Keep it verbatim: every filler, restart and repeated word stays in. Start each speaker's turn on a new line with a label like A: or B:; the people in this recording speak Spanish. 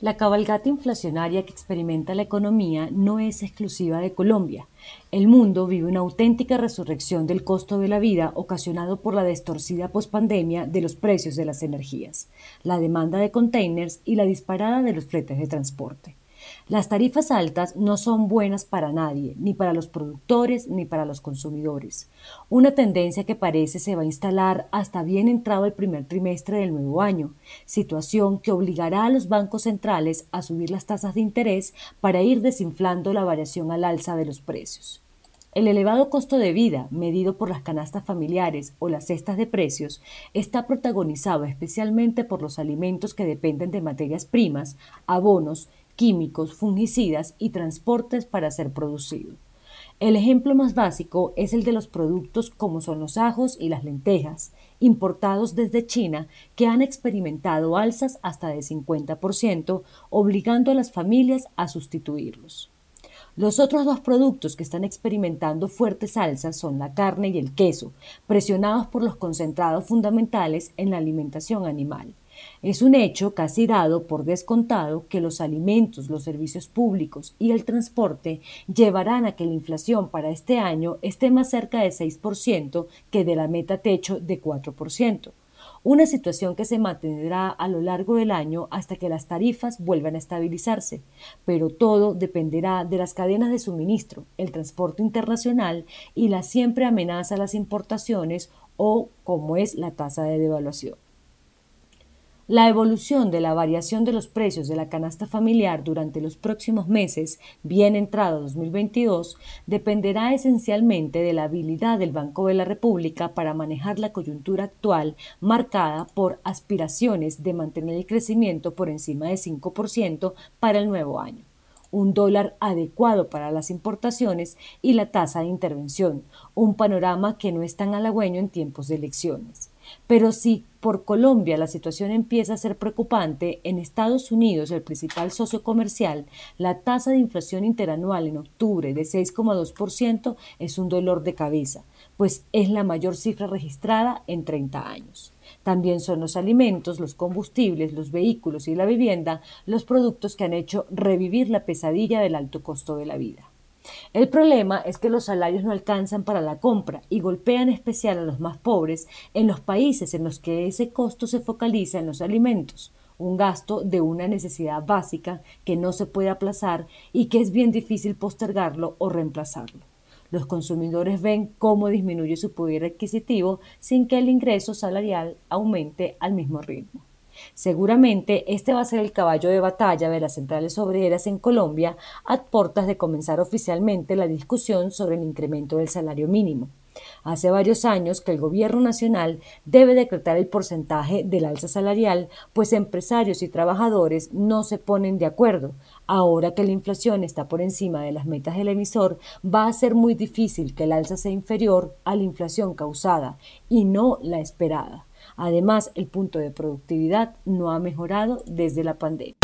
A: La cabalgata inflacionaria que experimenta la economía no es exclusiva de Colombia. El mundo vive una auténtica resurrección del costo de la vida ocasionado por la distorsida pospandemia de los precios de las energías, la demanda de containers y la disparada de los fletes de transporte. Las tarifas altas no son buenas para nadie, ni para los productores ni para los consumidores. Una tendencia que parece se va a instalar hasta bien entrado el primer trimestre del nuevo año, situación que obligará a los bancos centrales a subir las tasas de interés para ir desinflando la variación al alza de los precios. El elevado costo de vida, medido por las canastas familiares o las cestas de precios, está protagonizado especialmente por los alimentos que dependen de materias primas, abonos, químicos, fungicidas y transportes para ser producido. El ejemplo más básico es el de los productos como son los ajos y las lentejas, importados desde China, que han experimentado alzas hasta de cincuenta por ciento, obligando a las familias a sustituirlos. Los otros dos productos que están experimentando fuertes alzas son la carne y el queso, presionados por los concentrados fundamentales en la alimentación animal. Es un hecho casi dado por descontado que los alimentos, los servicios públicos y el transporte llevarán a que la inflación para este año esté más cerca de seis por ciento que de la meta techo de cuatro por ciento. Una situación que se mantendrá a lo largo del año hasta que las tarifas vuelvan a estabilizarse, pero todo dependerá de las cadenas de suministro, el transporte internacional y la siempre amenaza a las importaciones o como es la tasa de devaluación. La evolución de la variación de los precios de la canasta familiar durante los próximos meses, bien entrado dos mil veintidós, dependerá esencialmente de la habilidad del Banco de la República para manejar la coyuntura actual marcada por aspiraciones de mantener el crecimiento por encima de cinco por ciento para el nuevo año, un dólar adecuado para las importaciones y la tasa de intervención, un panorama que no es tan halagüeño en tiempos de elecciones. Pero si por Colombia la situación empieza a ser preocupante, en Estados Unidos, el principal socio comercial, la tasa de inflación interanual en octubre de seis coma dos por ciento es un dolor de cabeza, pues es la mayor cifra registrada en treinta años. También son los alimentos, los combustibles, los vehículos y la vivienda los productos que han hecho revivir la pesadilla del alto costo de la vida. El problema es que los salarios no alcanzan para la compra y golpean en especial a los más pobres en los países en los que ese costo se focaliza en los alimentos, un gasto de una necesidad básica que no se puede aplazar y que es bien difícil postergarlo o reemplazarlo. Los consumidores ven cómo disminuye su poder adquisitivo sin que el ingreso salarial aumente al mismo ritmo. Seguramente este va a ser el caballo de batalla de las centrales obreras en Colombia a puertas de comenzar oficialmente la discusión sobre el incremento del salario mínimo. Hace varios años que el gobierno nacional debe decretar el porcentaje del alza salarial, pues empresarios y trabajadores no se ponen de acuerdo. Ahora que la inflación está por encima de las metas del emisor, va a ser muy difícil que el alza sea inferior a la inflación causada y no la esperada. Además, el punto de productividad no ha mejorado desde la pandemia.